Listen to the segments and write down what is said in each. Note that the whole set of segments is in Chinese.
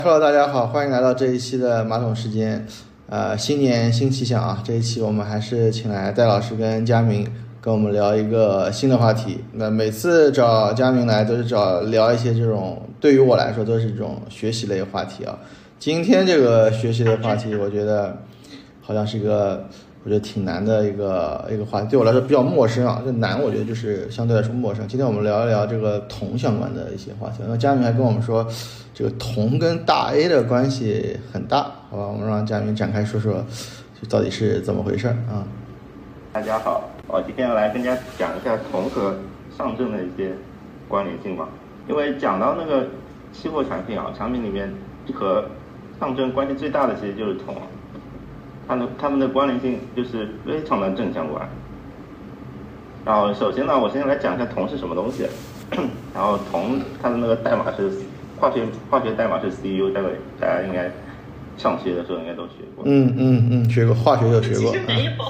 Hello， 大家好，欢迎来到这一期的马桶时间。新年新气象啊！这一期我们还是请来戴老师跟佳明跟我们聊一个新的话题。那每次找佳明来都是聊一些这种对于我来说都是这种学习类话题啊。今天这个学习类话题，我觉得好像是一个我觉得挺难的一个话题，对我来说比较陌生啊。这难我觉得就是相对来说陌生。今天我们聊一聊这个铜相关的一些话题。那佳明还跟我们说，这个铜跟大 A 的关系很大，好吧？我们让佳明展开说说，这到底是怎么回事啊？ 大家好，我今天要来跟大家讲一下铜和上证的一些关联性吧。因为讲到那个期货产品啊，产品里面和上证关系最大的其实就是铜，它们的关联性就是非常的正相关。然后首先呢，我先来讲一下铜是什么东西。然后铜它的那个代码是化学代码是 CU， 大家应该上学的时候应该都学过。 学过化学有学过。 其实没有。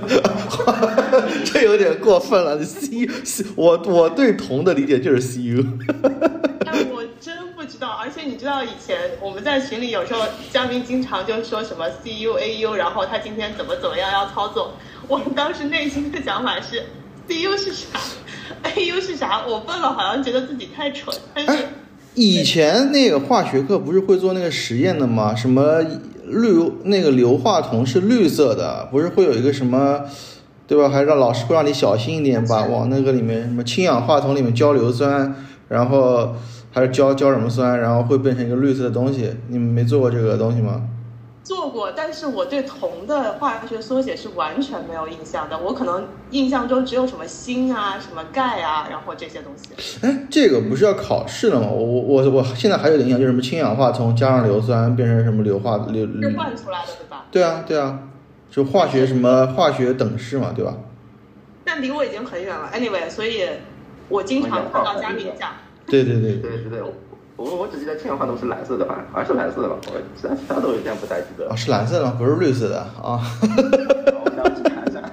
这有点过分了。我对铜的理解就是 CU。 我真不知道，而且你知道以前我们在群里有时候嘉宾经常就说什么 CU、AU， 然后他今天怎么样要操作，我当时内心的想法是 CU 是啥 ，AU 是啥？我笨了，好像觉得自己太蠢，但是。 以前那个化学课不是会做那个实验的吗？什么那个硫化铜是绿色的，不是会有一个什么，对吧？还让老师会让你小心一点，往那个里面什么氢氧化铜里面浇硫酸，然后还是浇什么酸，然后会变成一个绿色的东西。你们没做过这个东西吗？ 做过，但是我对铜的化学缩写是完全没有印象的。我可能印象中只有什么锌啊、什么钙啊，然后这些东西。 哎，这个不是要考试了吗？我现在还有点印象，就是什么氢氧化铜加上硫酸变成什么硫是换出来的，对吧？ 对啊，就化学什么化学等式嘛，对吧？ 但离我已经很远了。Anyway， 所以我经常看到嘉宾讲。 对。 我只记得氢氧化铜是蓝色的吧，还是蓝色的吧？我其他都有点不太记得。 是蓝色的吗？不是绿色的啊。 我想去看一下。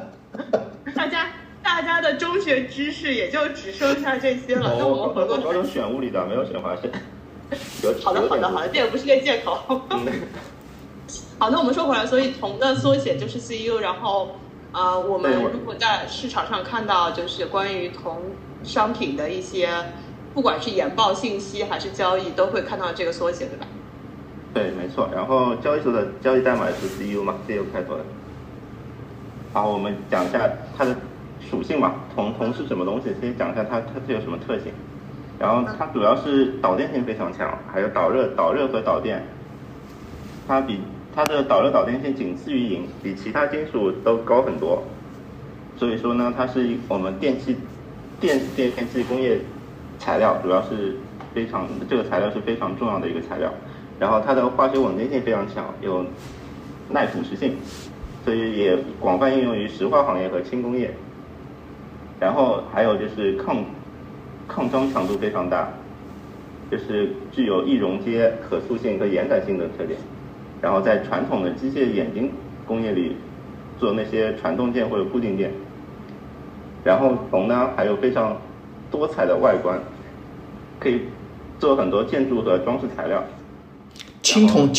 大家的中学知识也就只剩下这些了。那我回过头。 高中选物理的，没有选化学。 好的，这也不是个借口。好，那我们说回来，所以铜的缩写就是 CU， 然后我们如果在市场上看到就是关于铜商品的一些。不管是研报信息还是交易，都会看到这个缩写，对吧？ 对，没错。然后交易所的交易代码是 CU 嘛 ，CU 开头的。好，我们讲一下它的属性嘛，铜是什么东西？先讲一下它有什么特性。然后它主要是导电性非常强，还有导热和导电。它的导热导电性仅次于银，比其他金属都高很多。所以说呢，它是我们电气工业。材料主要是这个材料是非常重要的一个材料，然后它的化学稳定性非常强，有耐腐蚀性，所以也广泛应用于石化行业和轻工业。然后还有就是抗张强度非常大，就是具有易溶接、可塑性和延展性的特点。然后在传统的机械眼睛工业里做那些传动件或者固定件。然后铜呢还有非常多彩的外观，可以做很多建筑和装饰材料。 青铜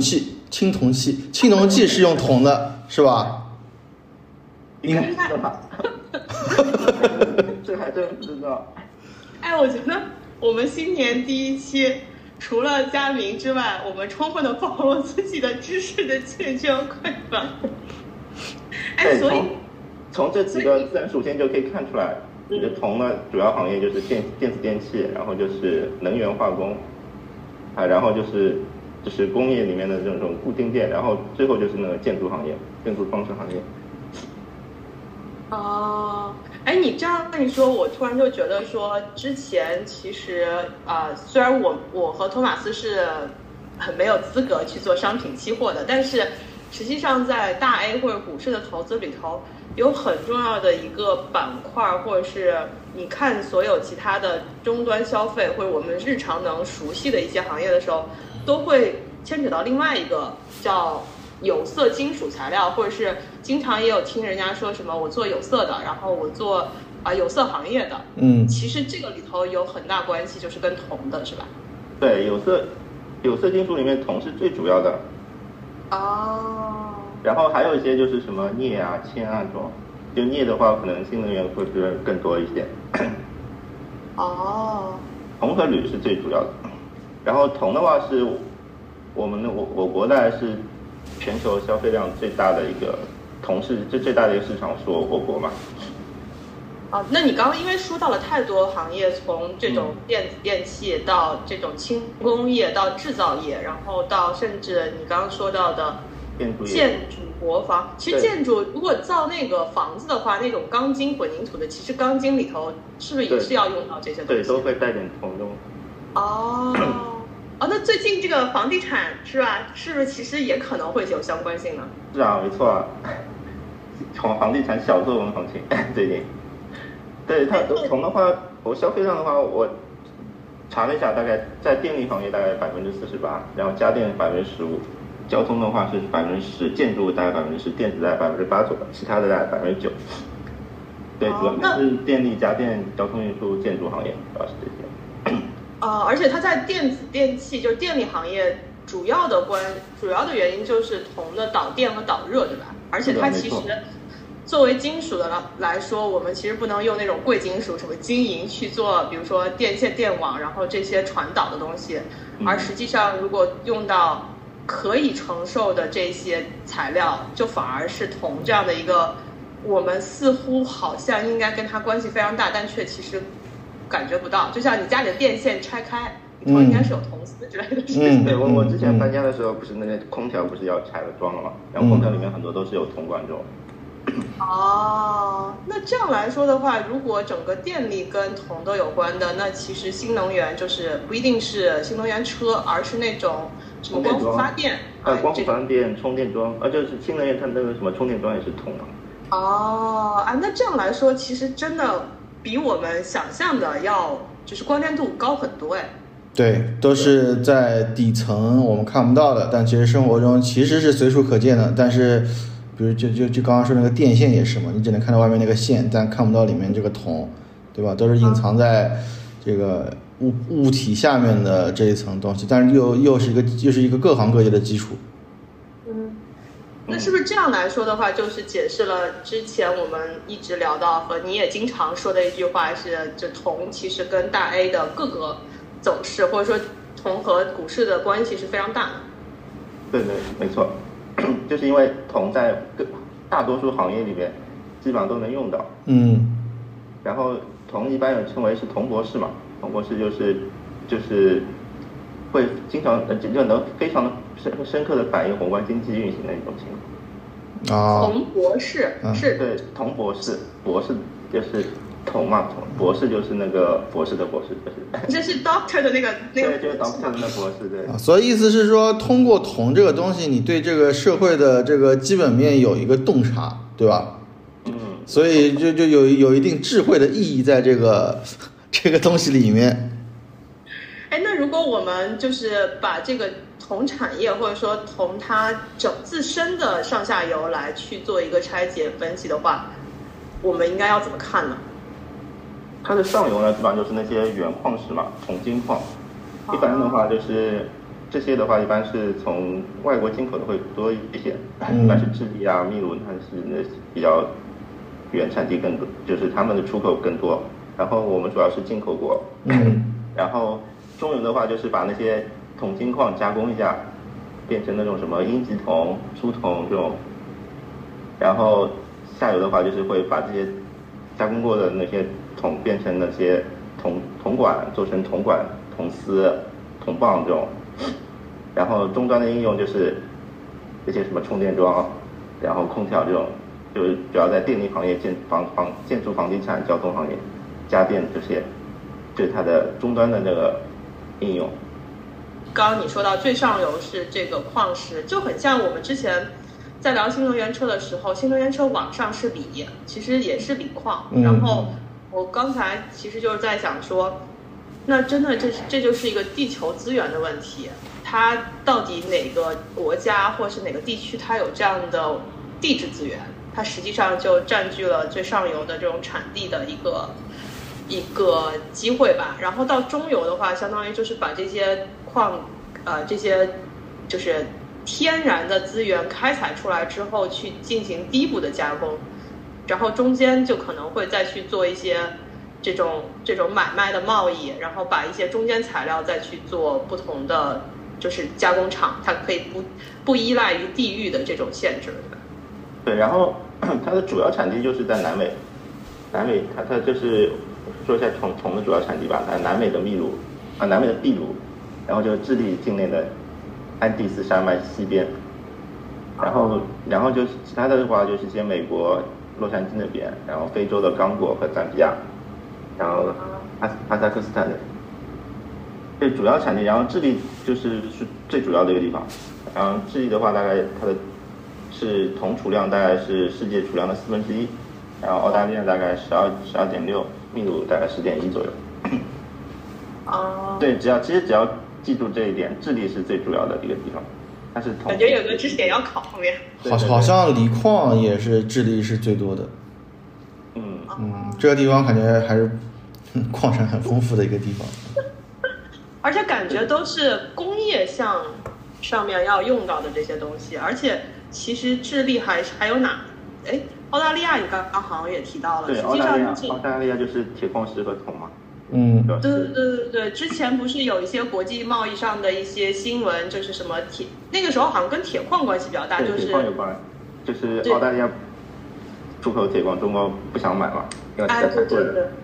器是用铜的，是吧？ 应该是吧？这还真不知道。 哎，我觉得我们新年第一期，除了嘉明之外，我们充分的暴露自己的知识的欠缺匮乏。哎，所以从这几个自然属性就可以看出来。铜的主要行业就是电子电器，然后就是能源化工，然后就是工业里面的这种固定件，然后最后就是那个建筑行业、建筑装饰行业。 哎，你这样一说，我突然就觉得说，之前其实虽然我和托马斯是很没有资格去做商品期货的，但是实际上在大 A 或者股市的投资里头，有很重要的一个板块，或者是你看所有其他的终端消费或者我们日常能熟悉的一些行业的时候，都会牵扯到另外一个叫有色金属材料，或者是经常也有听人家说什么我做有色的，然后我做有色行业的。其实这个里头有很大关系，就是跟铜的是吧？ 对，有色有色金属里面铜是最主要的。 哦。 然后还有一些就是什么镍啊、铅啊这种，就镍的话可能新能源会是更多一些。 哦。 铜和铝是最主要的，然后铜的话是我国大概是全球消费量最大的一个铜是最大的一个市场是我国嘛。 那你刚刚因为说到了太多行业，从这种电子电器到这种轻工业到制造业，然后到甚至你刚刚说到的建筑国防，其实建筑如果造那个房子的话，那种钢筋混凝土的，其实钢筋里头是不是也是要用到这些东西？ 对，都会带点铜用。 那最近这个房地产是吧？是不是其实也可能会有相关性呢？ 是啊，没错啊。从房地产小作文行情最近。对它铜的话，我消费量的话，我查了一下，大概在电力行业大概48%，然后家电15%，交通的话是10%，建筑大概10%，电子大概8%左右，其他的大概9%。对，主要是电力、家电、交通运输、建筑行业，主要是这些。 而且它在电子电器，就是电力行业主要的原因就是铜的导电和导热，对吧？而且它其实作为金属的来说，我们其实不能用那种贵金属，什么金银去做，比如说电线、电网，然后这些传导的东西。而实际上，如果用到可以承受的这些材料，就反而是铜这样的一个，我们似乎好像应该跟它关系非常大，但却其实感觉不到。就像你家里的电线拆开，里头应该是有铜丝之类的事情。 对，我之前搬家的时候，不是那个空调不是要拆了装了嘛，然后空调里面很多都是有铜管这种。 那这样来说的话，如果整个电力跟铜都有关的，那其实新能源就是不一定是新能源车，而是那种什么光伏发电。 光伏发电、充电桩，就是新能源它那个什么充电桩也是铜的。 那这样来说，其实真的比我们想象的要就是关联度高很多哎。 对，都是在底层我们看不到的，但其实生活中其实是随处可见的。但是比如就刚刚说那个电线也是嘛，你只能看到外面那个线，但看不到里面这个铜，对吧？都是隐藏在这个物体下面的这一层东西，但是又是一个各行各业的基础。 那是不是这样来说的话，就是解释了之前我们一直聊到和你也经常说的一句话是，这铜其实跟大 A 的各个走势，或者说铜和股市的关系是非常大的。 对，没错。就是因为铜在大多数行业里面基本上都能用到。然后铜一般也称为是铜博士嘛，铜博士就是会经常就能非常深刻的反映宏观经济运行的一种情况。铜博士是对，铜博士，博士就是铜嘛，博士就是那个博士的博士， 这是 doctor 的那个对，就是 doctor 的那博士，对。 所以意思是说，通过铜这个东西，你对这个社会的这个基本面有一个洞察，对吧？所以就有一定智慧的意义在这个东西里面。 那如果我们就是把这个铜产业或者说铜它自身的上下游来去做一个拆解分析的话，我们应该要怎么看呢？ 它的上游呢，基本上就是那些原矿石嘛，铜金矿。一般的话就是这些的话，一般是从外国进口的会多一些，一般是智利啊、秘鲁，它是比较原产地更多，就是他们的出口更多。然后我们主要是进口国。然后中游的话，就是把那些铜金矿加工一下，变成那种什么阴极铜、粗铜这种。然后下游的话，就是会把这些加工过的那些铜变成那些铜管，做成铜管、铜丝、铜棒这种。然后终端的应用就是这些什么充电桩，然后空调这种，就是主要在电力行业、建筑房地产、交通行业、家电这些，就是它的终端的那个应用。 刚刚你说到最上游是这个矿石，就很像我们之前在聊新能源车的时候，新能源车往上是锂，其实也是锂矿。然后我刚才其实就是在想说，那真的这就是一个地球资源的问题，它到底哪个国家或是哪个地区它有这样的地质资源，它实际上就占据了最上游的这种产地的一个机会吧。然后到中游的话，相当于就是把这些矿这些就是天然的资源开采出来之后去进行第一步的加工，然后中间就可能会再去做一些这种买卖的贸易，然后把一些中间材料再去做不同的就是加工厂，它可以不依赖于地域的这种限制。 对，然后它的主要产地就是在南美，它就是说一下铜的主要产地吧，它南美的秘鲁南美的秘鲁，然后就是智利境内的安第斯山脉西边，然后就是其他的话就是一些美国洛杉矶那边，然后非洲的刚果和赞比亚，然后哈萨克斯坦的，这主要产地。然后智利是最主要的一个地方，然后智利的话大概它的是铜储量大概是世界储量的1/4，然后澳大利亚大概12.6，秘鲁大概10.1左右。对，只要记住这一点，智利是最主要的一个地方，它是铜。 感觉有个知识点要考后面。 好像锂矿也是智利是最多的。这个地方感觉还是矿产很丰富的一个地方。 而且感觉都是工业上面要用到的这些东西，而且其实智利还有哪？澳大利亚你刚刚好像也提到了， 对， 实际上澳大利亚就是铁矿石和铜嘛。 对，之前不是有一些国际贸易上的一些新闻，就是什么那个时候好像跟铁矿关系比较大，就是铁矿有关，就是澳大利亚出口铁矿，中国不想买嘛，因为太贵了。 对。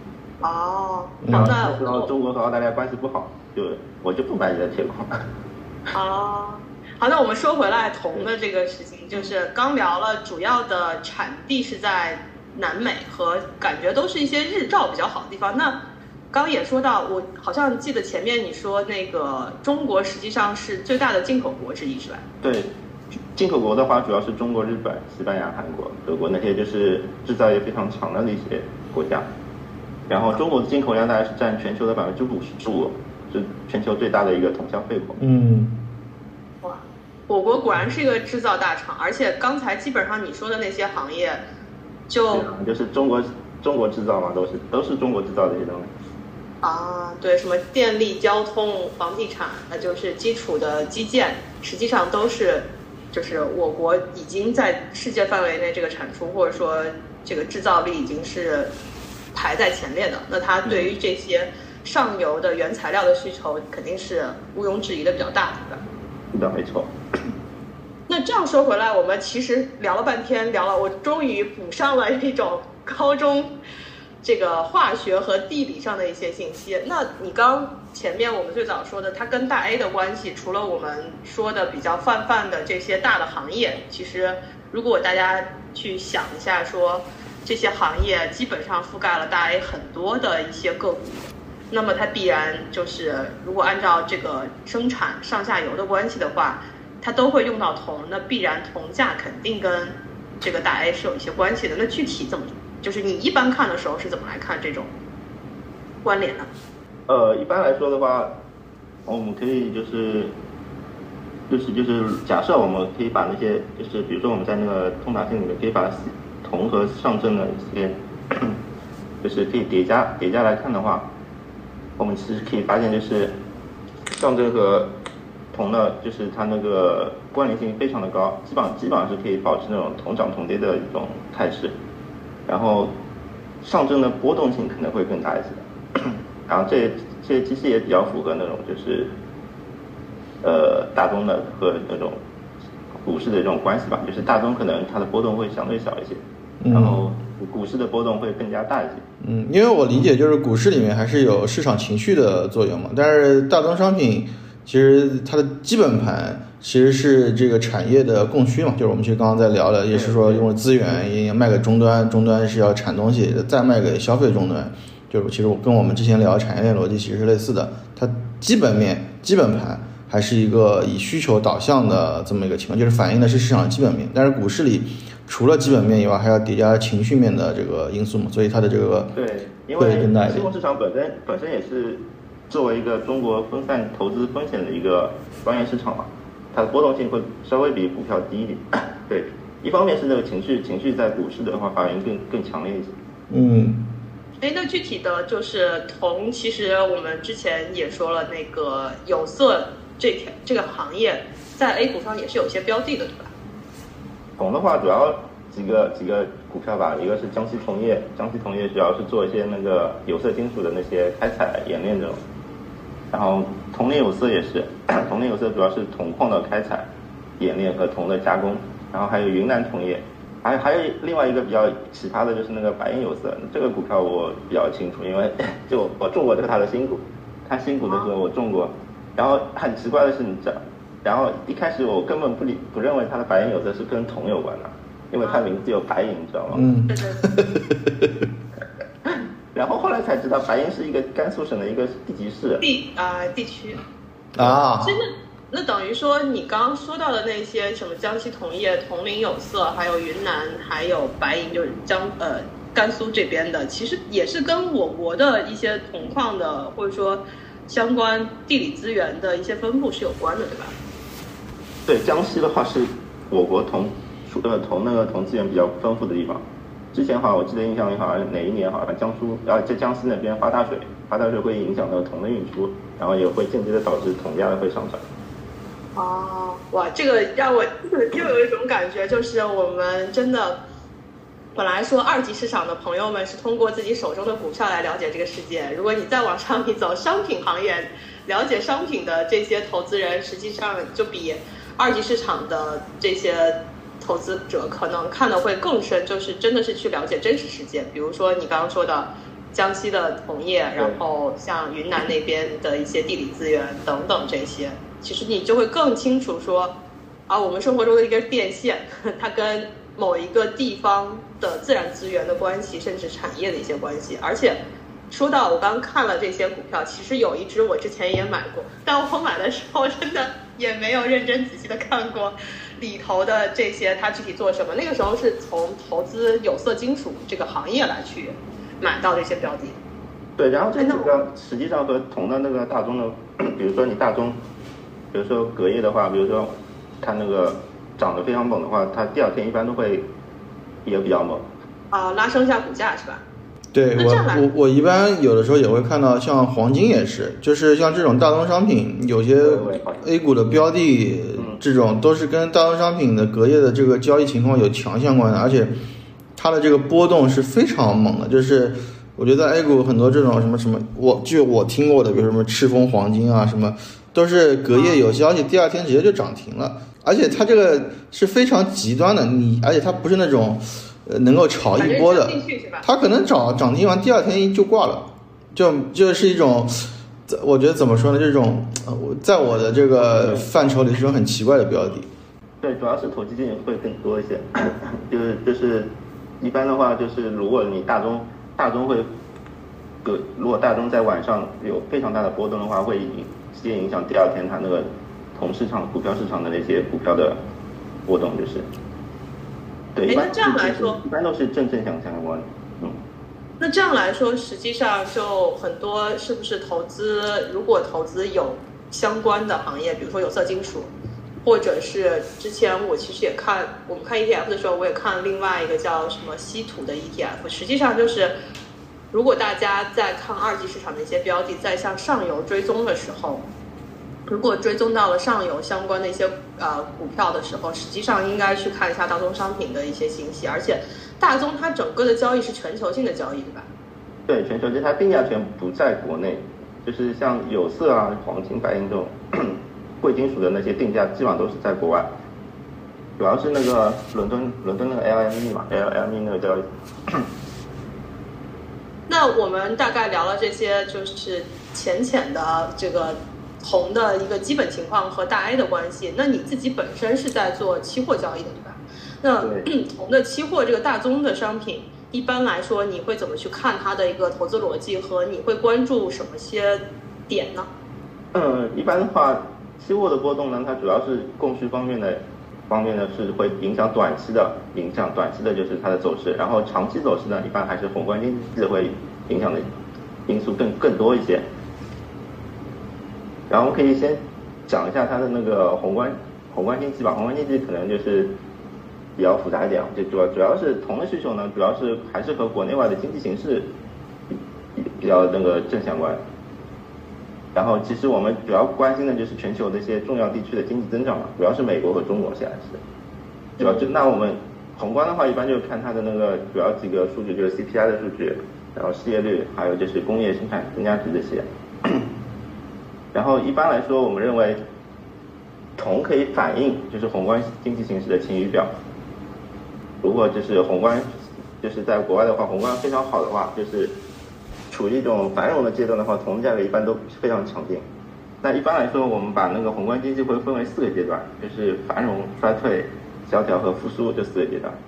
那时候中国和澳大利亚关系不好，我就不买你的铁矿。 好，那我们说回来铜的这个事情，就是刚聊了主要的产地是在南美和感觉都是一些日照比较好的地方。那刚也说到，我好像记得前面你说那个中国实际上是最大的进口国之一，是吧？ 对，进口国的话主要是中国、日本、西班牙、韩国、德国那些就是制造业非常强的那些国家。然后中国的进口量大概是占全球的55%，是全球最大的一个铜消费国。 哇，我国果然是一个制造大厂，而且刚才基本上你说的那些行业就是中国制造嘛，都是中国制造的一些东西。 对，什么电力、交通、房地产，那就是基础的基建，实际上都是就是我国已经在世界范围内这个产出或者说这个制造力已经是排在前列的。那它对于这些上游的原材料的需求肯定是毋庸置疑的比较大的。 是的，没错。 那这样说回来，我们其实聊了半天，我终于补上了一种高中这个化学和地理上的一些信息。那你刚前面我们最早说的，它跟大 A 的关系，除了我们说的比较泛的这些大的行业，其实如果大家去想一下说，这些行业基本上覆盖了大 A 很多的一些个股，那么它必然就是如果按照这个生产上下游的关系的话，它都会用到铜，那必然铜价肯定跟这个大 A 是有一些关系的。那具体怎么，就是你一般看的时候是怎么来看这种关联的？ 一般来说的话，我们可以就是假设我们可以把那些就是比如说我们在那个通达性里面可以把铜和上证的一些就是可以叠加来看的话，我们其实可以发现就是上证和铜的就是它那个关联性非常的高，基本上是可以保持那种同涨同跌的一种态势，然后上证的波动性可能会更大一些，然后这些其实也比较符合那种就是大宗的和那种股市的这种关系吧，就是大宗可能它的波动会相对小一些，然后股市的波动会更加大一些。 因为我理解就是股市里面还是有市场情绪的作用嘛，但是大宗商品其实它的基本盘其实是这个产业的供需嘛，就是我们其实刚刚在聊的，也是说用资源也卖给终端，终端是要产东西再卖给消费终端，就是其实我跟我们之前聊产业链逻辑其实是类似的，它基本盘还是一个以需求导向的这么一个情况，就是反映的是市场基本面，但是股市里除了基本面以外还要叠加情绪面的这个因素嘛，所以它的这个会更大一点。 期货市场本身也是作为一个中国分散投资风险的一个专业市场嘛，它的波动性会稍微比股票低一点。对，一方面是那个情绪在股市的话反应更强烈一些。 那具体的就是铜，其实我们之前也说了，那个有色这个行业在 A 股上也是有一些标的的，对吧？ 铜的话主要几个股票吧，一个是江西铜业，江西铜业主要是做一些那个有色金属的那些开采冶炼这种，然后铜陵有色也是，铜陵有色主要是铜矿的开采、冶炼和铜的加工，然后还有云南铜业，还有另外一个比较奇葩的就是那个白银有色，这个股票我比较清楚，因为就我中过这个它的新股，它新股的时候我中过，然后很奇怪的是你知道，然后一开始我根本不认为它的白银有色是跟铜有关的，因为它名字有白银，你知道吗？然后后来才知道，白银是一个甘肃省的一个地级市地区啊。 真的，那等于说你刚刚说到的那些什么江西铜业、铜陵有色，还有云南，还有白银，就是甘肃这边的，其实也是跟我国的一些铜矿的或者说相关地理资源的一些分布是有关的，对吧？ 对，江西的话是我国铜资源比较丰富的地方。之前好像我记得印象里好像哪一年好像在江西那边发大水会影响到铜的运输，然后也会间接的导致铜价的会上涨。 哦，哇，这个让我又有一种感觉，就是我们真的本来说二级市场的朋友们是通过自己手中的股票来了解这个世界，如果你再往上一走，商品行业了解商品的这些投资人，实际上就比二级市场的这些投资者可能看的会更深，就是真的是去了解真实世界。比如说你刚刚说的江西的铜业，然后像云南那边的一些地理资源等等这些，其实你就会更清楚说我们生活中的一根电线，它跟某一个地方的自然资源的关系，甚至产业的一些关系。而且说到我刚看了这些股票，其实有一只我之前也买过，但我买的时候真的也没有认真仔细的看过里头的这些它具体做什么。那个时候是从投资有色金属这个行业来去买到这些标的。 对，然后这个实际上和铜的那个大宗的，比如说你大宗，比如说隔夜的话，比如说它那个涨得非常猛的话，它第二天一般都会也比较猛拉升一下股价是吧？ 对，我一般有的时候也会看到，像黄金也是，就是像这种大宗商品，有些 A 股的标的，这种都是跟大宗商品的隔夜的这个交易情况有强相关的，而且它的这个波动是非常猛的。就是我觉得 A 股很多这种什么，我听过的，比如什么赤峰黄金啊，什么都是隔夜有消息，第二天直接就涨停了，而且它这个是非常极端的，而且它不是那种能够炒一波的，它可能涨停完第二天就挂了，就是一种，我觉得怎么说呢？这种在我的这个范畴里是一种很奇怪的标的。 对，主要是投机性会更多一些，就是一般的话，就是如果你大宗会，如果大宗在晚上有非常大的波动的话，会直接影响第二天它那个铜市场、股票市场的那些股票的波动，就是。对， 那这样来说， 一般都是正相关。 那这样来说，实际上就很多是不是如果投资有相关的行业，比如说有色金属，或者是之前我其实也我们看 ETF 的时候，我也看另外一个叫什么稀土的 ETF， 实际上就是如果大家在看二级市场的一些标的，在向上游追踪的时候，如果追踪到了上游相关的一些股票的时候，实际上应该去看一下大宗商品的一些信息，而且大宗它整个的交易是全球性的交易，对吧？ 对，全球性，它定价权不在国内，就是像有色啊、黄金、白银这种贵金属的那些定价基本上都是在国外，主要是那个伦敦那个 LME 嘛 ，LME 那个交易。 那我们大概聊了这些，就是浅的这个铜的一个基本情况和大 A 的关系。那你自己本身是在做期货交易的，对吧？那铜的期货这个大宗的商品，一般来说你会怎么去看它的一个投资逻辑，和你会关注什么些点呢？ 一般的话，期货的波动呢，它主要是供需方面的是会影响短期的就是它的走势，然后长期走势呢，一般还是宏观经济会影响的因素更多一些。然后我可以先讲一下它的那个宏观经济吧。宏观经济可能就是比较复杂一点，就主要是铜的需求呢，主要是还是和国内外的经济形势比较那个正相关。 然后其实我们主要关心的就是全球的一些重要地区的经济增长嘛，主要是美国和中国现在是，主要就那我们宏观的话，一般就是看它的那个主要几个数据，就是 CPI 的数据，然后失业率，还有就是工业生产增加值这些。然后一般来说，我们认为铜可以反映就是宏观经济形势的晴雨表。如果就是宏观就是在国外的话，宏观非常好的话，就是处于一种繁荣的阶段的话，铜价格一般都非常强劲。那一般来说，我们把那个宏观经济会分为4个阶段，就是繁荣、衰退、萧条和复苏这4个阶段。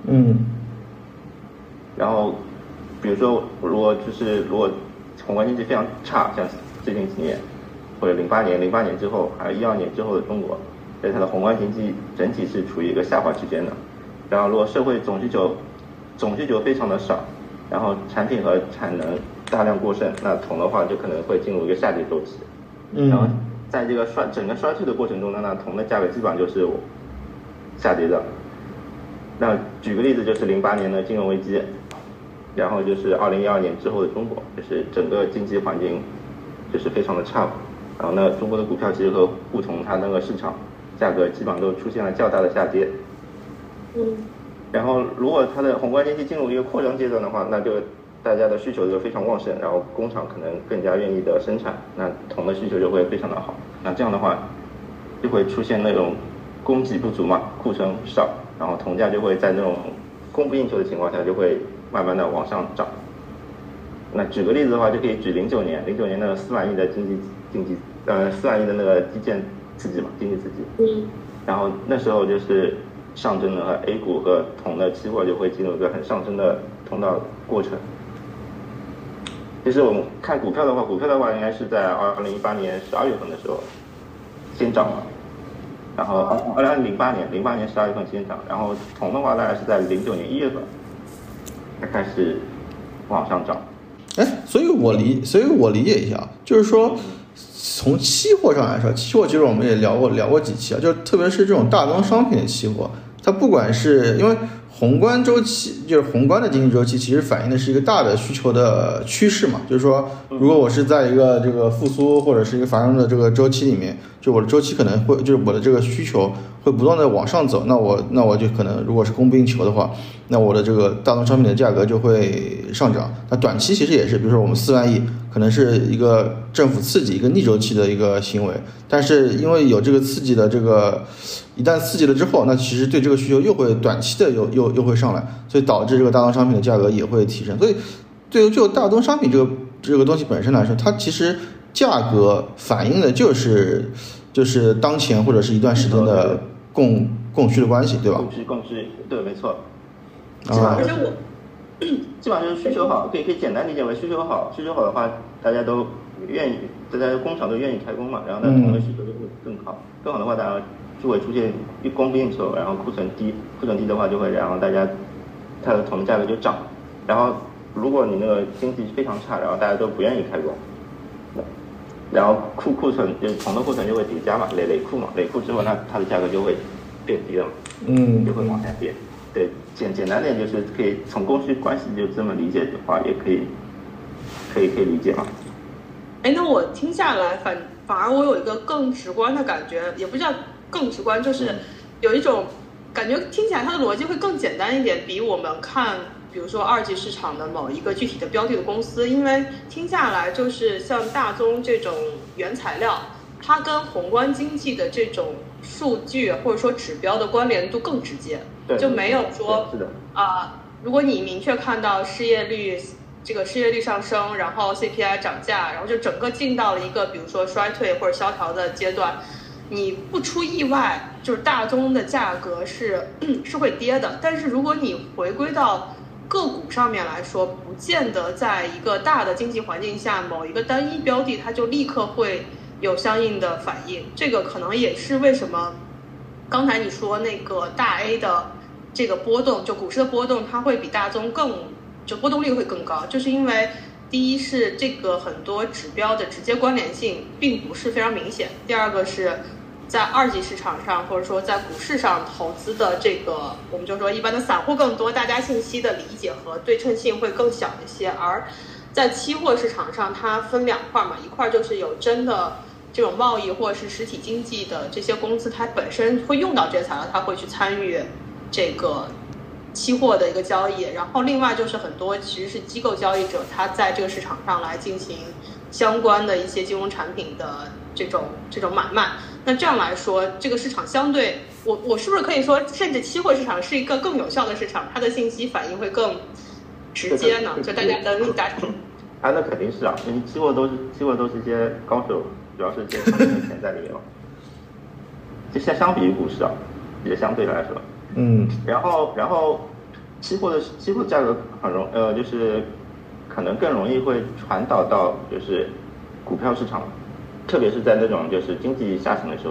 然后，比如说，如果宏观经济非常差，像最近几年，或者08年之后，还有12年之后的中国，所以它的宏观经济整体是处于一个下滑区间的。然后，如果社会总需求非常的少，然后产品和产能大量过剩，那铜的话就可能会进入一个下跌周期。然后在这个整个衰退的过程中呢，那铜的价格基本上就是下跌的。那举个例子，就是08年的金融危机，然后就是2012年之后的中国，就是整个经济环境就是非常的差。然后呢，中国的股票其实和沪铜它那个市场价格基本上都出现了较大的下跌。然后如果它的宏观经济进入一个扩张阶段的话，那就大家的需求就非常旺盛，然后工厂可能更加愿意的生产，那铜的需求就会非常的好。那这样的话，就会出现那种供给不足嘛，库存少，然后铜价就会在那种供不应求的情况下，就会慢慢的往上涨。那举个例子的话，就可以举09年那个4万亿的4万亿的那个基建刺激嘛，经济刺激。然后那时候就是上证的 A 股和铜的期货就会进入一个很上升的通道过程。其实我们看股票的话应该是在2018年12月份的时候先涨了，然后2008年12月份先涨，然后铜的话大概是在09年1月份才开始往上涨。 所以我理解一下，就是说从期货上来说，期货其实我们也聊过几期啊，就特别是这种大宗商品的期货，它不管是因为宏观周期，就是宏观的经济周期，其实反映的是一个大的需求的趋势嘛。就是说，如果我是在一个这个复苏或者是一个繁荣的这个周期里面，就我的周期可能会，就是我的这个需求会不断的往上走，那我就可能如果是供不应求的话，那我的这个大宗商品的价格就会上涨。那短期其实也是，比如说我们4万亿可能是一个政府刺激一个逆周期的一个行为，但是因为有这个刺激的这个，一旦刺激了之后，那其实对这个需求又会短期的又会上来，所以导致这个大宗商品的价格也会提升。所以对于就大宗商品这个东西本身来说，它其实价格反映的就是当前或者是一段时间的供需的关系，对吧？ 供需，对，没错。而且基本上就是需求好，可以简单理解为需求好的话，大家工厂都愿意开工嘛，然后铜的需求就会更好的话，大家就会出现供不应求，然后库存低的话就会然后大家它的铜价格就涨，然后如果你那个经济非常差，然后大家都不愿意开工，然后库存就是铜的库存就会叠加嘛，累库之后，那它的价格就会变低了嘛，就会往下跌。对，简单点就是可以从供需关系就这么理解的话，也可以理解嘛。 那我听下来反而我有一个更直观的感觉，也不叫更直观，就是有一种感觉听起来它的逻辑会更简单一点，比我们看比如说二级市场的某一个具体的标的的公司，因为听下来就是像大宗这种原材料，它跟宏观经济的这种数据或者说指标的关联度更直接，就没有说如果你明确看到失业率上升，然后 CPI 涨价，然后就整个进到了一个比如说衰退或者萧条的阶段，你不出意外，就是大宗的价格是会跌的。但是如果你回归到个股上面来说，不见得在一个大的经济环境下，某一个单一标的它就立刻会有相应的反应。这个可能也是为什么刚才你说那个大 A 的这个波动，就股市的波动，它会比大宗就波动率会更高，就是因为第一是这个很多指标的直接关联性并不是非常明显，第二个是在二级市场上或者说在股市上投资的这个，我们就说一般的散户更多，大家信息的理解和对称性会更小一些，而在期货市场上它分两块嘛，一块就是有真的这种贸易或者是实体经济的这些公司，它本身会用到这些材料，它会去参与这个期货的一个交易，然后另外就是很多其实是机构交易者，他在这个市场上来进行相关的一些金融产品的这种买卖。那这样来说，这个市场相对我是不是可以说，甚至期货市场是一个更有效的市场，它的信息反应会更直接呢？就大家能达成。 啊，那肯定是啊，因为期货都是一些高手，主要是这些钱在里面嘛。就相比于股市啊，也相对来说，然后期货价格就是可能更容易会传导到就是股票市场，特别是在那种就是经济下行的时候，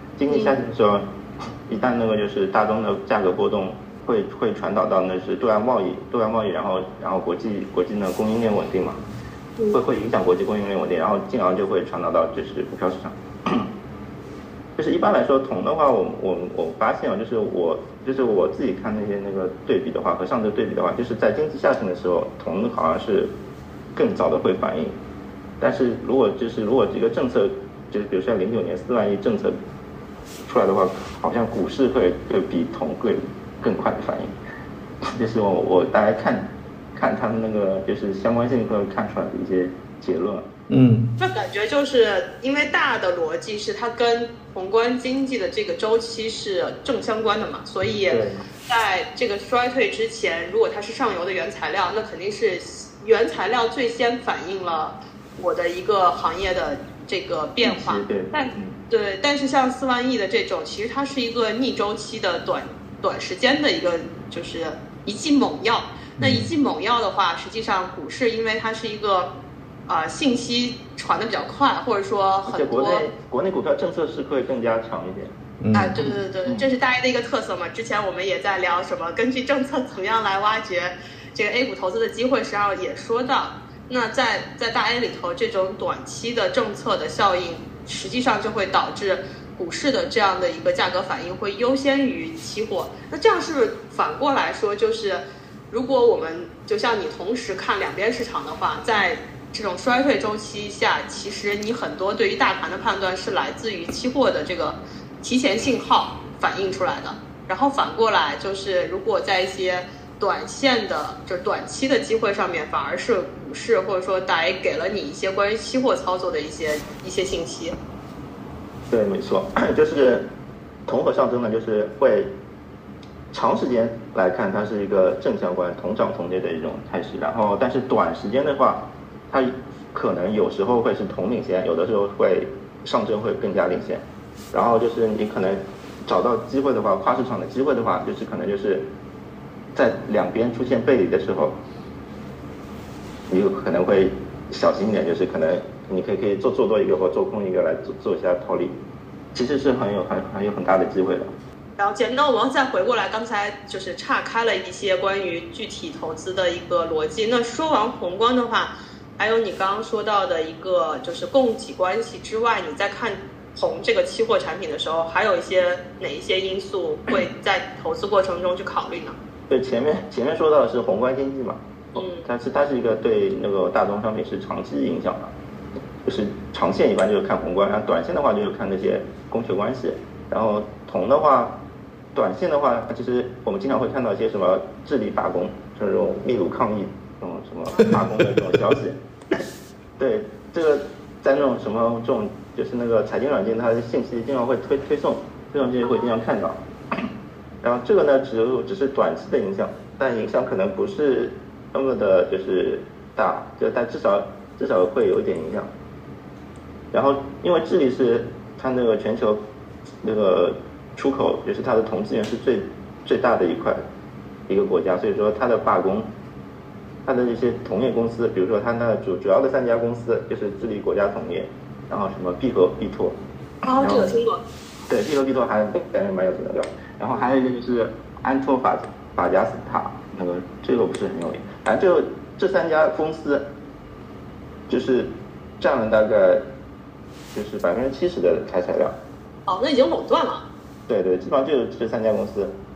一旦那个就是大宗的价格波动会传导到那是对外贸易，然后国际呢供应链稳定嘛，会影响国际供应链稳定，然后进而就会传导到就是股票市场。就是一般来说，铜的话，我发现啊，就是我自己看那个对比的话，和上周对比的话，就是在经济下行的时候，铜好像是更早的会反应。但是如果这个政策，就是比如说像09年4万亿政策出来的话，好像股市会比铜更快的反应。这是我大概看他们那个就是相关性会看出来的一些结论。 那感觉就是因为大的逻辑是它跟宏观经济的这个周期是正相关的嘛，所以在这个衰退之前，如果它是上游的原材料，那肯定是原材料最先反映了我的一个行业的这个变化。但是像4万亿的这种，其实它是一个逆周期的短时间的一个就是一剂猛药。那一剂猛药的话，实际上股市因为它是一个信息传的比较快，或者说很多国内股票政策是会更加强一点。 对，这是大 A 的一个特色嘛。之前我们也在聊什么根据政策怎么样来挖掘这个 A 股投资的机会，实际上也说到，那在大 A 里头，这种短期的政策的效应，实际上就会导致股市的这样的一个价格反应会优先于期货。那这样是不是反过来说，就是如果我们就像你同时看两边市场的话，在这种衰退周期下，其实你很多对于大盘的判断是来自于期货的这个提前信号反映出来的。然后反过来就是，如果在一些短线的就短期的机会上面，反而是股市或者说大 A 给了你一些关于期货操作的一些信息。 对，没错，就是铜和上升呢，就是会长时间来看它是一个正相关同涨同跌的一种态势，然后但是短时间的话，它可能有时候会是铜领先，有的时候会上证会更加领先。然后就是你可能找到机会的话，跨市场的机会的话，就是可能就是在两边出现背离的时候，你有可能会小心一点，就是可能你可以做多一个或做空一个来做一下套利，其实是很有很大的机会的。 了解，那我们再回过来，刚才就是岔开了一些关于具体投资的一个逻辑。那说完宏观的话，还有你刚刚说到的一个就是供给关系之外，你在看铜这个期货产品的时候，还有哪一些因素会在投资过程中去考虑呢？ 对，前面说到的是宏观经济嘛，它是一个对那个大宗商品是长期影响的，就是长线一般就是看宏观，然后短线的话就是看那些供求关系。然后铜的话，短线的话，其实我们经常会看到一些什么智利罢工，这种秘鲁抗议，这种什么罢工的这种消息。对，这个在那种什么这种就是那个财经软件，它的信息经常会推送，这种就会经常看到。然后这个呢，只是短期的影响，但影响可能不是那么的就是大，但至少会有一点影响。然后因为智利是它那个全球那个出口，就是它的铜资源是最大的一个国家，所以说它的罢工，它的一些铜业公司，比如说它那主要的3家公司就是智利国家铜业，然后什么必和必拓， 这个听过。 对，必和必拓还感觉蛮有名的，然后还有一个就是安托法加斯塔，那个这个不是很有名，反正这3家公司就是占了大概就是70%的开采量。 那已经垄断了。 对，基本上就是这3家公司。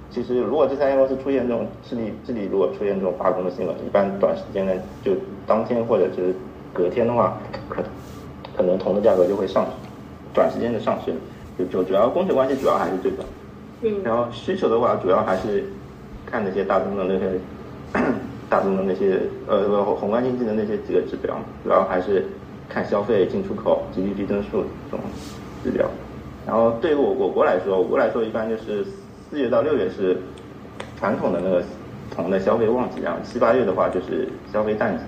其实如果这3家公司出现这种智利如果出现这种罢工的新闻，一般短时间内就当天或者是隔天的话，可能铜的价格就会上去，短时间的上去了。就主要供求关系主要还是这个，然后需求的话主要还是看那些大宗的那些宏观经济的那些几个指标，主要还是看消费、进出口、GDP 增速这种指标。然后对于我国来说，一般就是4月到6月是传统的那个铜的消费旺季，然后7、8月的话就是消费淡季。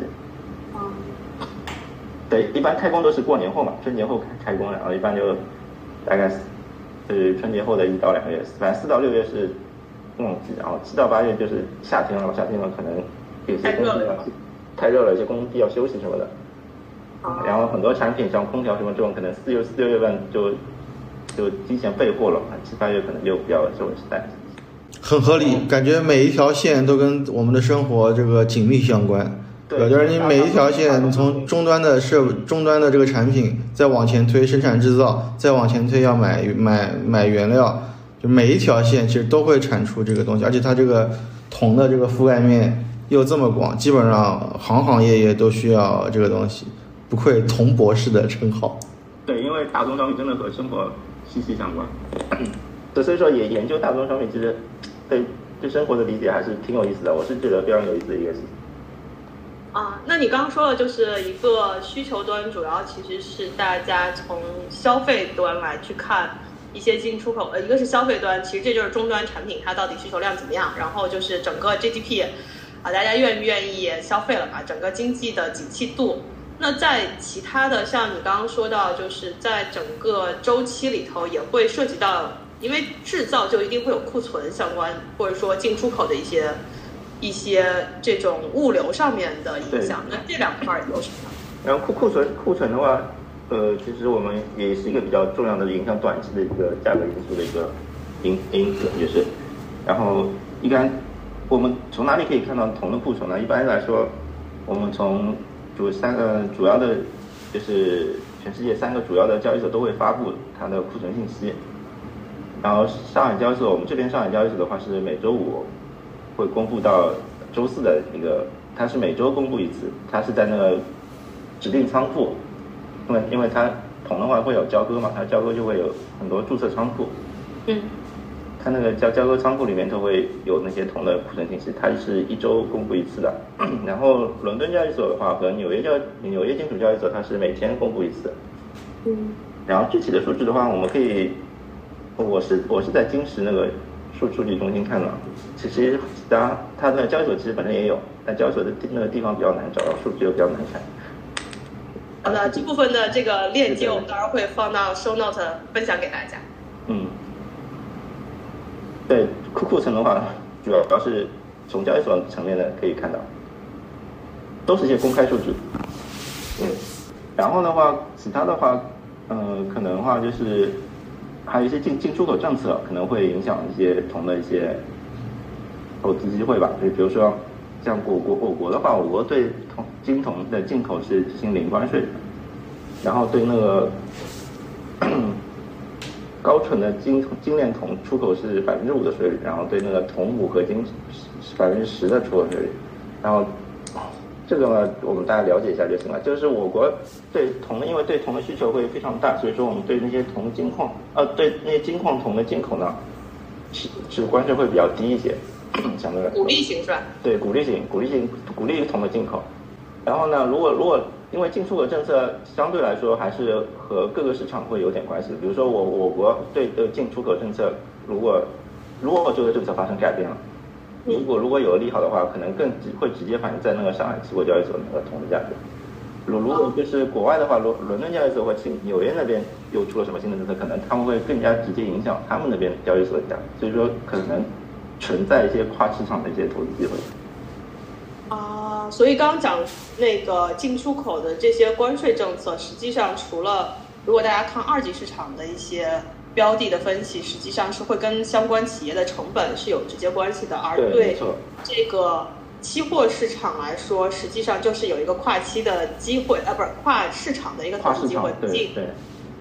对，一般开工都是过年后嘛，春节后开工，然后一般就大概是春节后的1到2个月，反正4到6月是旺季，然后7到8月就是夏天了，可能有些工地太热了，有些工地要休息什么的。然后很多产品像空调什么这种，可能4、6月份就提前备货了，7、8月可能就比较稍微是淡季。 很合理，感觉每一条线都跟我们的生活这个紧密相关。对，就是你每一条线，从终端的这个产品再往前推生产制造，再往前推要买原料，就每一条线其实都会产出这个东西，而且它这个铜的这个覆盖面又这么广，基本上行业都需要这个东西，不愧铜博士的称号。 对，因为大宗商品真的和生活息息相关，所以说也研究大宗商品，其实对生活的理解还是挺有意思的，我是觉得非常有意思的一个事情。 那你刚刚说的就是一个需求端，主要其实是大家从消费端来去看一些进出口，一个是消费端，其实这就是终端产品它到底需求量怎么样，然后就是整个 GDP 大家愿不愿意消费了吧，整个经济的景气度。那在其他的像你刚刚说到，就是在整个周期里头也会涉及到，因为制造就一定会有库存相关，或者说进出口的一些这种物流上面的影响，那这2块有什么？ 然后库存的话，其实我们也是一个比较重要的影响短期的一个价格因素的一个因子，就是，然后我们从哪里可以看到铜的库存呢？一般来说，我们从主要的，就是全世界3个主要的交易所都会发布它的库存信息，然后上海交易所，我们这边上海交易所的话是每周5会公布到周4的一个，它是每周公布一次，它是在那个指定仓库，因为它铜的话会有交割嘛，它交割就会有很多注册仓库，它那个交割仓库里面都会有那些铜的库存信息，它是1周公布一次的。然后伦敦交易所的话和纽约金属交易所它是每天公布一次。然后具体的数据的话，我们可以，我是在金石那个数据中心看的，其实它的交易所其实本身也有，但交易所的那个地方比较难找到数据，又比较难看。 好的，这部分的这个链接我们当然会放到 show note 分享给大家。 对，库存的话，主要是从交易所层面的可以看到，都是一些公开数据。然后的话，其他的话，可能的话就是还有一些进出口政策可能会影响一些铜的一些投资机会吧。就比如说，像我国的话，我国对金铜的进口是执行0关税的，然后对那个高纯的精炼铜出口是5%的税率，然后对那个铜钴合金是10%的出口税率，然后这个呢我们大家了解一下就行了。就是我国对铜，因为对铜的需求会非常大，所以说我们对那些铜金矿对那些金矿铜的进口呢是关税会比较低一些，相对来说鼓励型是吧？ 对，鼓励铜的进口。然后呢，如果因为进出口政策相对来说还是和各个市场会有点关系，比如说我国对进出口政策，如果这个政策发生改变了，如果有利好的话，可能更会直接反映在那个上海期货交易所那个铜的价格。如果就是国外的话，伦敦交易所或纽约那边又出了什么新的政策，可能他们会更加直接影响他们那边交易所的价格，所以说可能存在一些跨市场的一些投资机会。 所以刚刚讲那个进出口的这些关税政策，实际上除了如果大家看2级市场的一些标的的分析，实际上是会跟相关企业的成本是有直接关系的，而对这个期货市场来说，实际上就是有一个跨期的机会，不是跨市场的一个投资机会。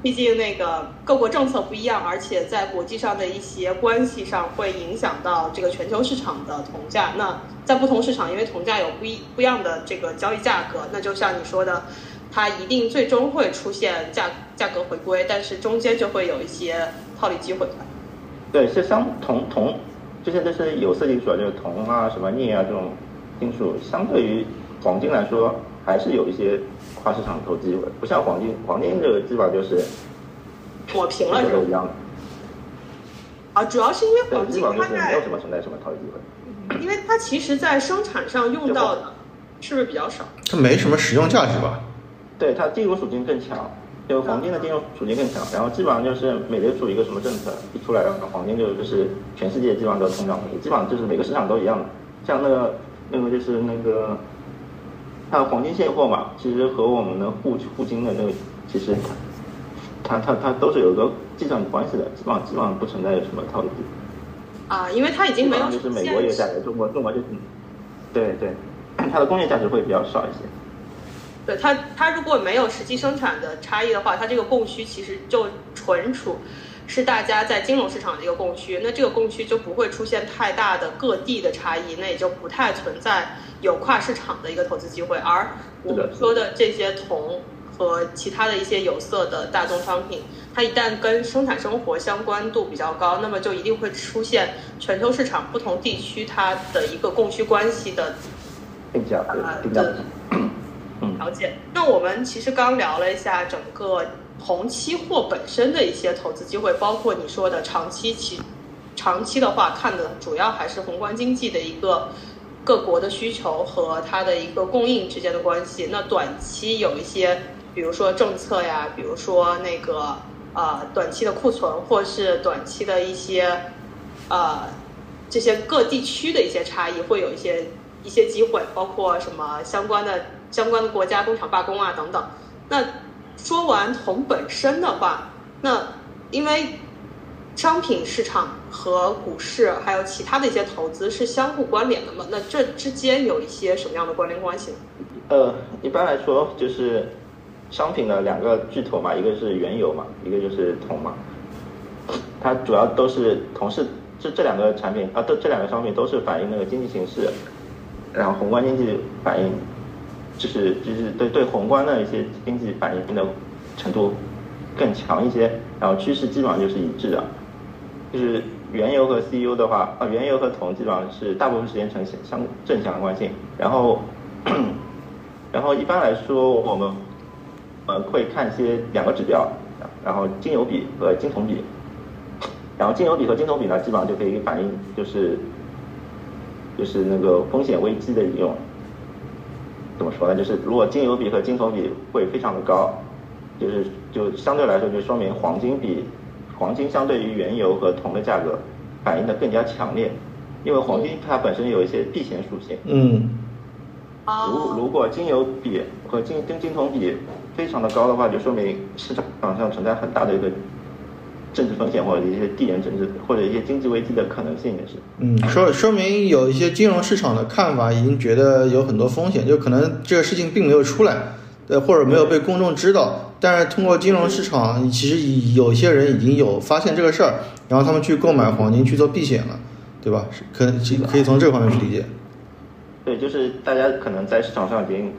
毕竟那个各国政策不一样，而且在国际上的一些关系上会影响到这个全球市场的铜价。那在不同市场，因为铜价有不一样的这个交易价格，那就像你说的，它一定最终会出现价格回归，但是中间就会有一些套利机会。 对，是铜，这些都是有色金属，就是铜啊、什么镍啊这种金属，相对于黄金来说，还是有一些跨市场投资机会，不像黄金这个基本上就是抹平了， 都一样的。 啊，主要是因为黄金基本上就是没有什么存在什么套利机会， 因为它其实在生产上用到的是不是比较少？ 它没什么实用价值吧？ 对，它金融属性更强。就黄金的金融属性更强，然后基本上就是美联储一个什么政策一出来，然后黄金就是全世界基本上都通胀，基本上就是每个市场都一样的。像那个就是那个，它黄金现货嘛，其实和我们的沪金的那个，其实它都是有个计算关系的，基本上不存在什么套利。 啊，因为它已经没有就是美国一个价格，中国就是对，它的工业价值会比较少一些。 对它如果没有实际生产的差异的话，它这个供需其实就纯属是大家在金融市场的一个供需，那这个供需就不会出现太大的各地的差异，那也就不太存在有跨市场的一个投资机会。而我们说的这些铜和其他的一些有色的大宗商品，它一旦跟生产生活相关度比较高，那么就一定会出现全球市场不同地区它的一个供需关系的定价。 了解。那我们其实刚聊了一下整个铜期货本身的一些投资机会，包括你说的长期的话看的主要还是宏观经济的一个各国的需求和它的一个供应之间的关系。那短期有一些比如说政策呀，比如说那个短期的库存，或是短期的一些这些各地区的一些差异，会有一些机会，包括什么相关的国家工厂罢工啊等等。那说完铜本身的话，那因为商品市场和股市还有其他的一些投资是相互关联的嘛，那这之间有一些什么样的关联关系呢？ 一般来说就是商品的两个巨头嘛，一个是原油嘛，一个就是铜嘛。它主要都是铜是这两个产品这两个商品都是反映那个经济形势，然后宏观经济反映就是对宏观的一些经济反应的程度更强一些，然后趋势基本上就是一致的。就是原油和 CU 的话，原油和铜基本上是大部分时间呈正相关性。然后一般来说，我们会看一些两个指标，然后金油比和金铜比。然后金油比和金铜比呢，基本上就可以反映就是那个风险危机的一种。怎么说呢？就是如果金油比和金铜比会非常的高，就相对来说就说明黄金相对于原油和铜的价格反应的更加强烈，因为黄金它本身有一些避险属性。如果金油比和金铜比非常的高的话，就说明市场上存在很大的一个政治风险或者一些地缘政治或者一些经济危机的可能性也是。 说明有一些金融市场的看法已经觉得有很多风险，就可能这个事情并没有出来，或者没有被公众知道，但是通过金融市场，其实有些人已经有发现这个事儿，然后他们去购买黄金去做避险了，对吧？可以从这个方面去理解。 对，就是大家可能在市场上已经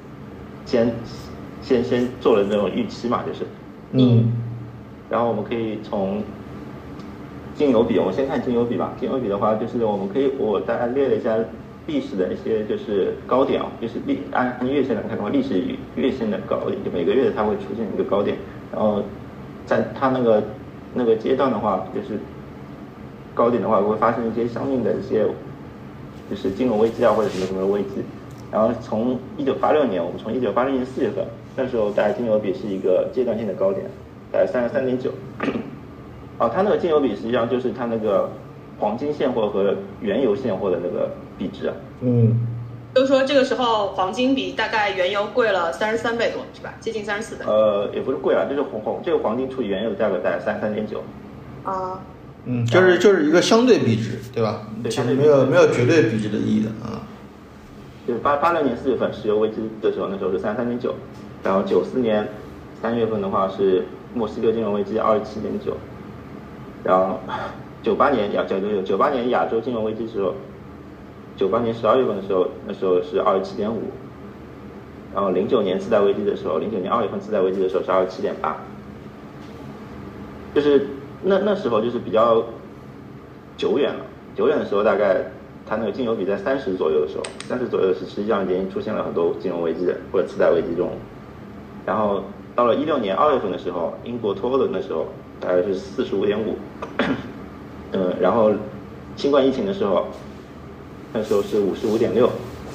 先做了那种预期嘛，就是然后我们可以从金油比，我们先看金油比吧。金油比的话，就是我大概列了一下历史的一些就是高点就是按月线来看的话，历史月线的高点，就每个月它会出现一个高点，然后在它那个阶段的话，就是高点的话会发生一些相应的一些就是金融危机或者什么危机。然后从1986年，我们从1980年4月份，那时候大概金油比是一个阶段性的高点，大概33.9。它那个金油比实际上就是它那个黄金现货和原油现货的那个比值。 就是说这个时候黄金比大概原油贵了33倍多，是吧？接近34倍。 也不是贵了，就是这个黄金除以原油的价格大概33.9。 就是一个相对比值，对吧？ 对， 其实没有绝对比值的意义的就是86年4月份石油危机的时候，那时候是33.9，然后94年3月份的话是墨西哥金融危机27.9，然后98年亚洲金融危机的时候，98年12月份的时候，那时候是27.5，然后09年次贷危机的时候，09年2月份次贷危机的时候是27.8，就是那时候就是比较久远了，久远的时候大概它那个金油比在30左右的时候，30左右是实际上已经出现了很多金融危机的或者次贷危机这种，然后到了16年2月份的时候，英国脱欧的那时候大概是45.5，然后新冠疫情的时候，那时候是55.6，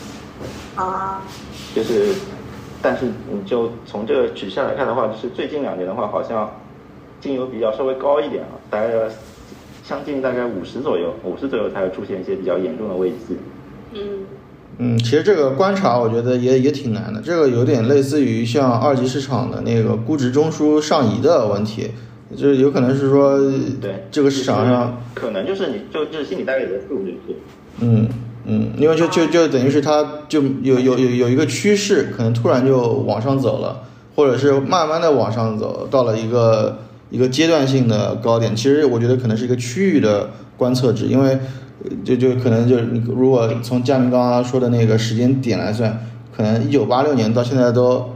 就是，但是你就从这个曲线来看的话，就是最近2年的话，好像金油比较稍微高一点了，大概将近大概50左右才会出现一些比较严重的危机。 其实这个观察我觉得也挺难的，这个有点类似于像二级市场的那个估值中枢上移的问题，就是有可能是说， 对这个市场上可能就是你就是心里大概有个数据。 因为就等于是它就有一个趋势，可能突然就往上走了，或者是慢慢的往上走，到了一个阶段性的高点。其实我觉得可能是一个区域的观测值，因为就可能就是你如果从佳明刚刚说的那个时间点来算，可能1986年到现在都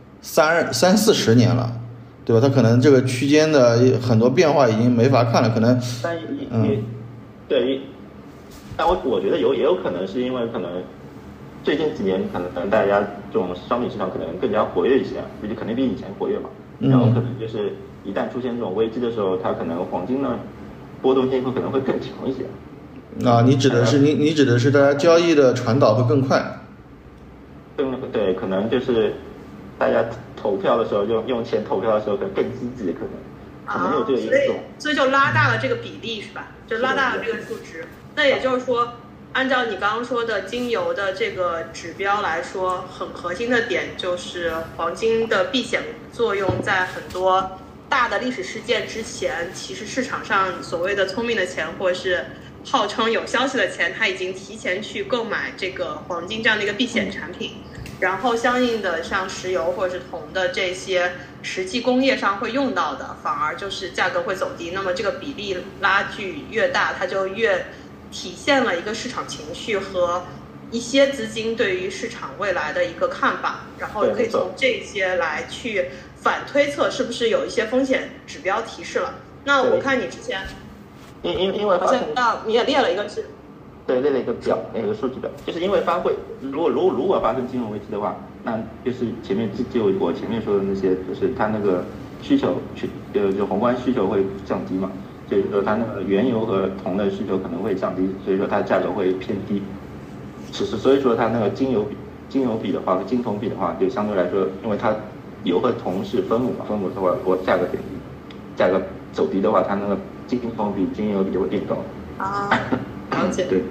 30-40年了，对吧？它可能这个区间的很多变化已经没法看了，可能对。但我觉得也有可能是因为可能最近几年可能大家这种商品市场可能更加活跃一些，就是肯定比以前活跃嘛。然后可能就是一旦出现这种危机的时候，它可能黄金呢波动性可能会更强一些。 你指的是大家交易的传导会更快？ 对，可能就是大家投票的时候用钱投票的时候可能更积极，可能有这个因素。 所以就拉大了这个比例是吧？就拉大了这个数值。那也就是说，按照你刚刚说的金油的这个指标来说，很核心的点就是黄金的避险作用，在很多大的历史事件之前，其实市场上所谓的聪明的钱，或是号称有消息的钱，它已经提前去购买这个黄金这样的一个避险产品，然后相应的像石油或者是铜的这些实际工业上会用到的，反而就是价格会走低。那么这个比例拉距越大，它就越体现了一个市场情绪和一些资金对于市场未来的一个看法，然后可以从这些来去反推测是不是有一些风险指标提示了。那我看你之前因为好像你也列了一个是， 对，列了一个表，那个数据表，就是因为如果发生金融危机的话，那就是我前面说的那些，就是它那个需求就宏观需求会降低嘛。所以说它那个原油和铜的需求可能会降低，所以说它价格会偏低。所以说它那个金油比的话和金铜比的话，就相对来说，因为它油和铜是分母嘛，分母的话我价格偏低，价格走低的话，它那个金铜比金油比就会变高。 了解。 对。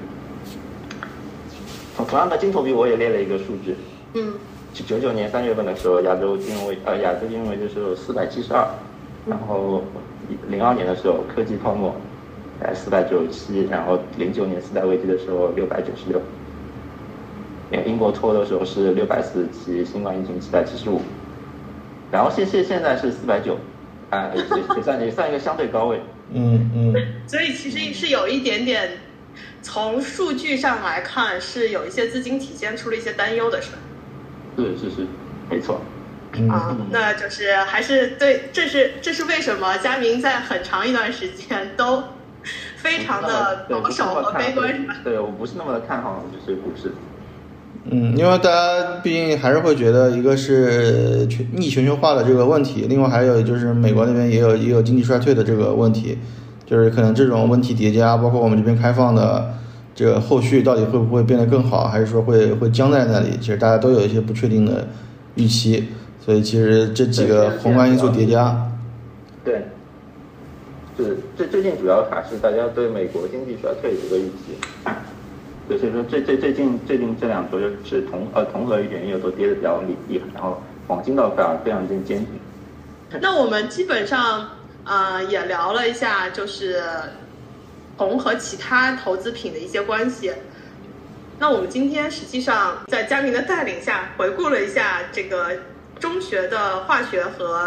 同样的金铜比我也列了一个数据。99年3月份的时候，亚洲金融危机是472，然后02年的时候科技泡沫497，然后09年次贷危机的时候696，英国脱的时候是647，新冠疫情775，然后现在是490，也算一个相对高位。 所以其实是有一点点，从数据上来看是有一些资金体现出了一些担忧的，是吧？ 是，没错。 那就是还是对，这是为什么佳明在很长一段时间都非常的保守和悲观，是吧？ 对，我不是那么的看好就是股市。 因为大家毕竟还是会觉得，一个是逆全球化的这个问题，另外还有就是美国那边也有经济衰退的这个问题，就是可能这种问题叠加，包括我们这边开放的这个后续到底会不会变得更好，还是说会僵在那里，其实大家都有一些不确定的预期。所以其实这几个宏观因素叠加， 对，是最近主要还是大家对美国经济衰退这个预期，所以说最近这2周就是铜和原油都跌得比较厉害，然后黄金倒非常坚挺。 那我们基本上也聊了一下，就是铜和其他投资品的一些关系。那我们今天实际上在佳明的带领下，回顾了一下这个中学的化学和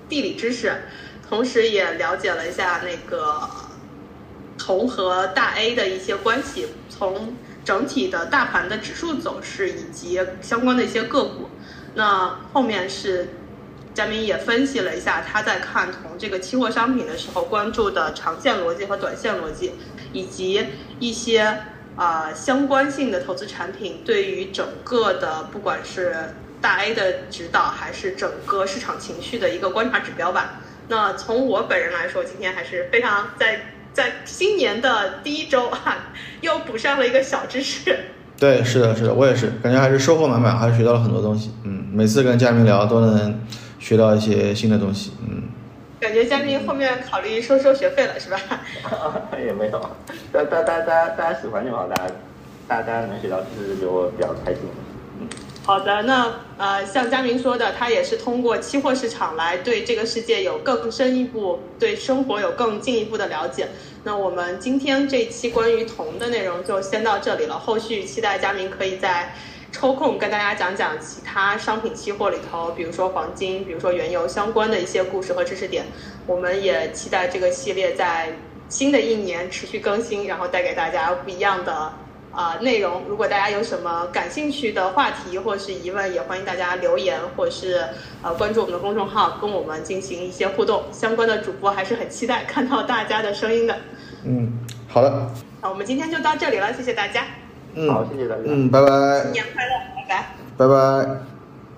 地理知识，同时也了解了一下那个铜和大 A 的一些关系，从整体的大盘的指数走势以及相关的一些个股。那后面是嘉宾也分析了一下他在看铜这个期货商品的时候关注的长线逻辑和短线逻辑，以及一些相关性的投资产品对于整个的不管是大 A 的指导还是整个市场情绪的一个观察指标吧。那从我本人来说，今天还是非常在新年的第一周又补上了一个小知识。 对，是的，我也是，感觉还是收获满满，还是学到了很多东西。每次跟嘉宾聊都能学到一些新的东西。 感觉嘉宾后面考虑收学费了是吧？ 也没有，大家喜欢就好，大家能学到知识就我比较开心。 好的，那像嘉明说的，他也是通过期货市场来对这个世界有更深一步，对生活有更进一步的了解。那我们今天这期关于铜的内容就先到这里了，后续期待嘉明可以在抽空跟大家讲讲其他商品期货里头，比如说黄金，比如说原油相关的一些故事和知识点。我们也期待这个系列在新的一年持续更新，然后带给大家不一样的内容。如果大家有什么感兴趣的话题或是疑问，也欢迎大家留言或是关注我们的公众号，跟我们进行一些互动。相关的主播还是很期待看到大家的声音的。 好的。 那我们今天就到这里了，谢谢大家。 好，谢谢大家。 拜拜。 新年快乐，拜拜。 拜拜。